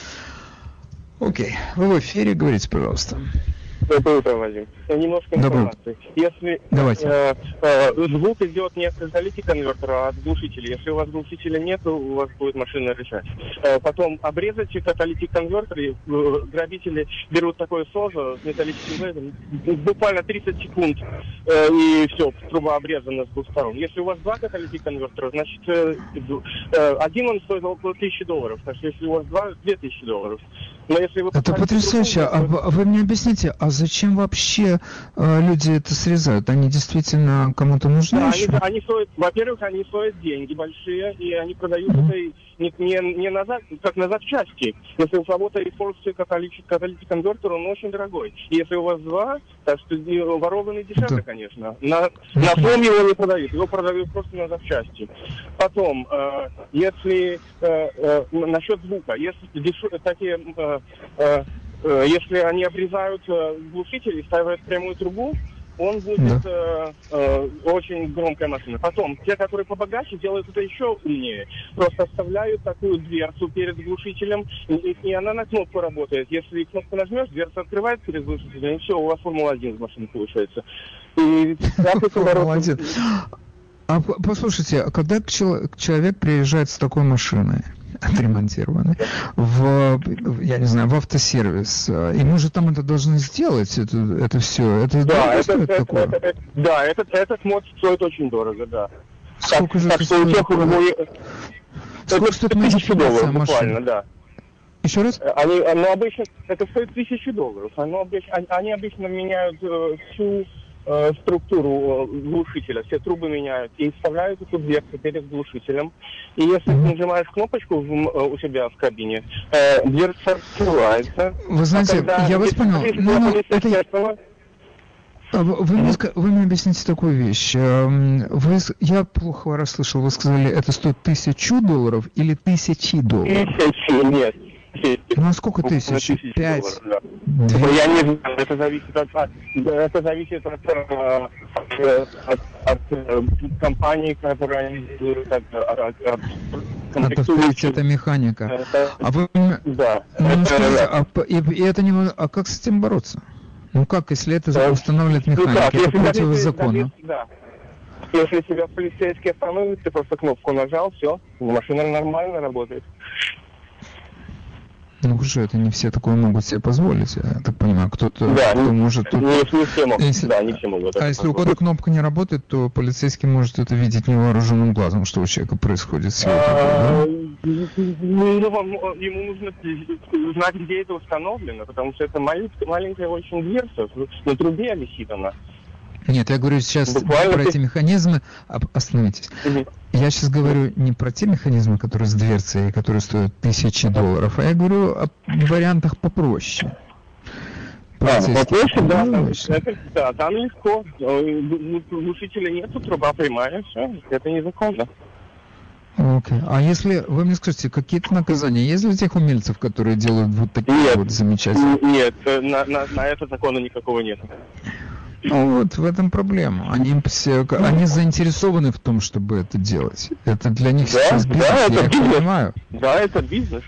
Окей, вы в эфире, говорите, пожалуйста. Доброе утро, Вадим. Немножко информации. Если звук идет не от каталитика конвертера, а от глушителя. Если у вас глушителя нет, то у вас будет машина рычать. Потом обрезать каталитик конвертер, и грабители берут такое созо с металлическим лезвием, буквально 30 секунд, и все, труба обрезана с двух сторон. Если у вас два каталитик конвертера, значит, один он стоит около $1000, так что если у вас два, $2000. Но если вы это потрясающе. А вы мне объясните, а зачем вообще люди это срезают? Они действительно кому-то нужны? Да, они стоят, во-первых, они стоят деньги большие, и они продаются не назад, как на запчасти. Если у кого-то используется каталитик конвертер, он очень дорогой. Если у вас два, так что ворованный дешевле, конечно. На фон его не продают, его продают просто на запчасти. Потом, если насчет звука, если такие... если они обрезают глушитель и ставят прямую трубу, он будет очень громкая машина. Потом, те, которые побогаче, делают это еще умнее. Просто оставляют такую дверцу перед глушителем, и она на кнопку работает. Если кнопку нажмешь, дверца открывается перед глушителем, и все, у вас Формула-1 в машине получается. Формула-1. А послушайте, а когда человек приезжает с такой машиной, отремонтированной, я не знаю, в автосервис, ему же там это должны сделать, это все. Этот мод стоит очень дорого, да. Сколько же это стоит? Сколько стоит $1000 буквально, да. Еще раз? Обычно это стоит $1000. Они обычно меняют всю структуру глушителя, все трубы меняют и вставляют эту дверцу перед глушителем. И если ты нажимаешь кнопочку у себя в кабине, дверца открывается. Вы знаете, я вас понял. Вы мне объясните такую вещь. Я плохо расслышал, вы сказали, это стоит $1000 или $1000? 1000, нет. Ну, сколько тысяч? 5? Я не знаю, это зависит от компании, которая от авторитета механика. А вы скажите, а как с этим бороться? Ну как, если это устанавливает механик, это противозаконно? Да. Если тебя полицейский остановит, ты просто кнопку нажал, все, машина нормально работает. Ну хорошо, это не все такое могут себе позволить, я так понимаю, кто может... Тут... Не все могут, не все могут. А если у кого-то кнопка не работает, то полицейский может это видеть невооруженным глазом, что у человека происходит с его Ему нужно знать, где это установлено, потому что это маленькая очень дверца, на трубе висит она. Нет, я говорю сейчас про эти механизмы. Остановитесь. Я сейчас говорю не про те механизмы, которые с дверцей, которые стоят $1000, а я говорю о вариантах попроще. Попроще, да, там легко. Глушителя нету, труба прямая, все, это незаконно. Окей. А если, вы мне скажите, какие-то наказания есть для тех умельцев, которые делают вот такие вот замечательные? Нет, на это закона никакого нет. Ну вот в этом проблема. Они заинтересованы в том, чтобы это делать. Это для них сейчас бизнес, я их понимаю. Да, это бизнес.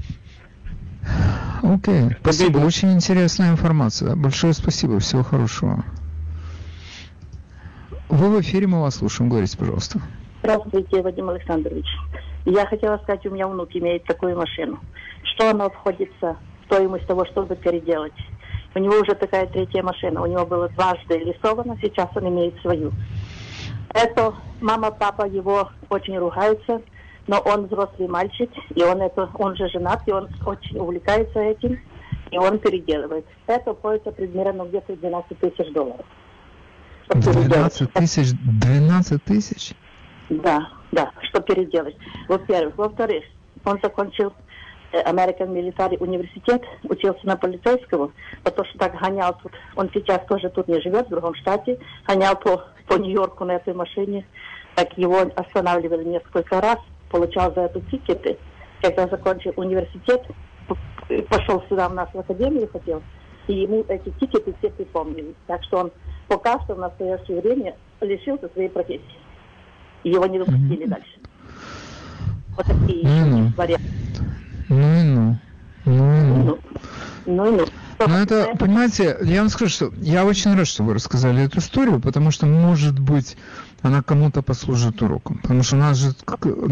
Окей, спасибо. Очень интересная информация. Большое спасибо. Всего хорошего. Вы в эфире, мы вас слушаем. Говорите, пожалуйста. Здравствуйте, Вадим Александрович. Я хотела сказать, у меня внук имеет такую машину. Что она обходится в стоимость того, чтобы переделать? У него уже такая третья машина. У него было дважды лесовано, сейчас он имеет свою. Это мама, папа его очень ругаются, но он взрослый мальчик, и он же женат, и он очень увлекается этим, и он переделывает. Это обходится примерно где-то $12 тысяч. 12 тысяч? 12 тысяч? Да, что переделать. Во-первых. Во-вторых, он закончил American Military университет, учился на полицейского, потому что так гонял тут, он сейчас тоже тут не живет, в другом штате, гонял по Нью-Йорку на этой машине, так его останавливали несколько раз, получал за это тикеты. Когда закончил университет, пошел сюда у нас в академию хотел, и ему эти тикеты все припомнили. Так что он пока что в настоящее время лишился своей профессии. Его не допустили дальше. Вот такие варианты. Ну, это, понимаете, я вам скажу, что я очень рад, что вы рассказали эту историю, потому что, может быть, она кому-то послужит уроком. Потому что у нас же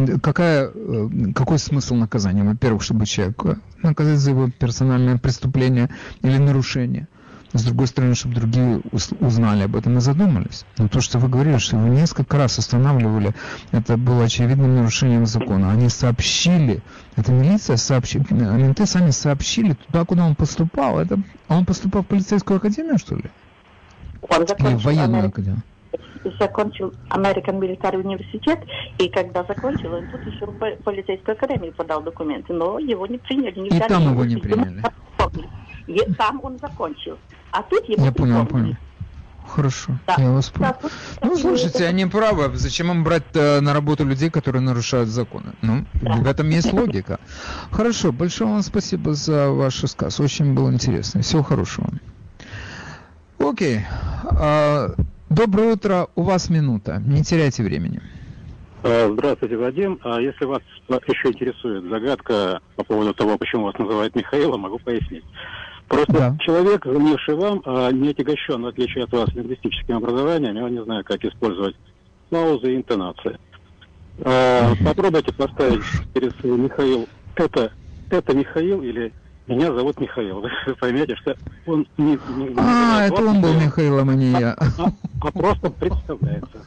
какой смысл наказания? Во-первых, чтобы человека наказать за его персональное преступление или нарушение. С другой стороны, чтобы другие узнали об этом и задумались. Но то, что вы говорили, что вы несколько раз останавливали, это было очевидным нарушением закона. Они сообщили, это милиция сообщила, менты сами сообщили туда, куда он поступал. Он поступал в полицейскую академию, что ли? Он или в военную академию? Закончил American Military университет, и когда закончил, он тут еще в полицейскую академию подал документы, но его не приняли. И там его не приняли? Там он закончил. А тут ему я понял. Хорошо, да. Я вас понял. Ну, слушайте, они правы. Зачем им брать на работу людей, которые нарушают законы? Ну, в этом есть логика. Хорошо, большое вам спасибо за ваш рассказ. Очень было интересно. Всего хорошего. Окей. Доброе утро. У вас минута. Не теряйте времени. Здравствуйте, Вадим. Если вас еще интересует загадка по поводу того, почему вас называют Михаилом, могу пояснить. Просто человек, звонивший вам, не отягощен, в отличие от вас, лингвистическим образованием, и он не знает, как использовать паузы и интонации. Попробуйте поставить перед собой Михаил. Это Михаил или меня зовут Михаил. Вы поймете, что он не это он был Михаилом, а не я. А просто представляется.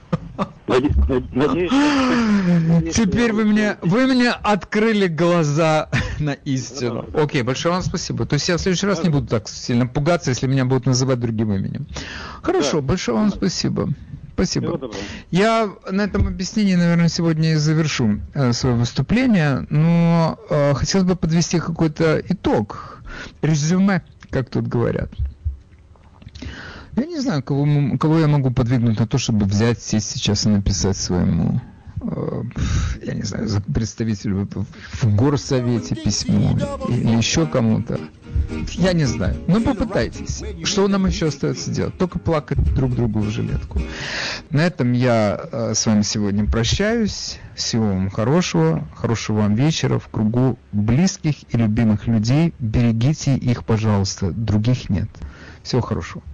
Теперь вы мне открыли глаза на истину. Окей, большое вам спасибо. То есть я в следующий раз не буду так сильно пугаться, если меня будут называть другим именем. Хорошо, большое вам спасибо. Спасибо. Я на этом объяснении, наверное, сегодня и завершу свое выступление, но хотелось бы подвести какой-то итог, резюме, как тут говорят. Я не знаю, кого я могу подвигнуть на то, чтобы взять, сесть сейчас и написать своему, я не знаю, представителю в горсовете письмо или еще кому-то. Я не знаю. Но попытайтесь. Что нам еще остается делать? Только плакать друг другу в жилетку. На этом я с вами сегодня прощаюсь. Всего вам хорошего. Хорошего вам вечера в кругу близких и любимых людей. Берегите их, пожалуйста. Других нет. Всего хорошего.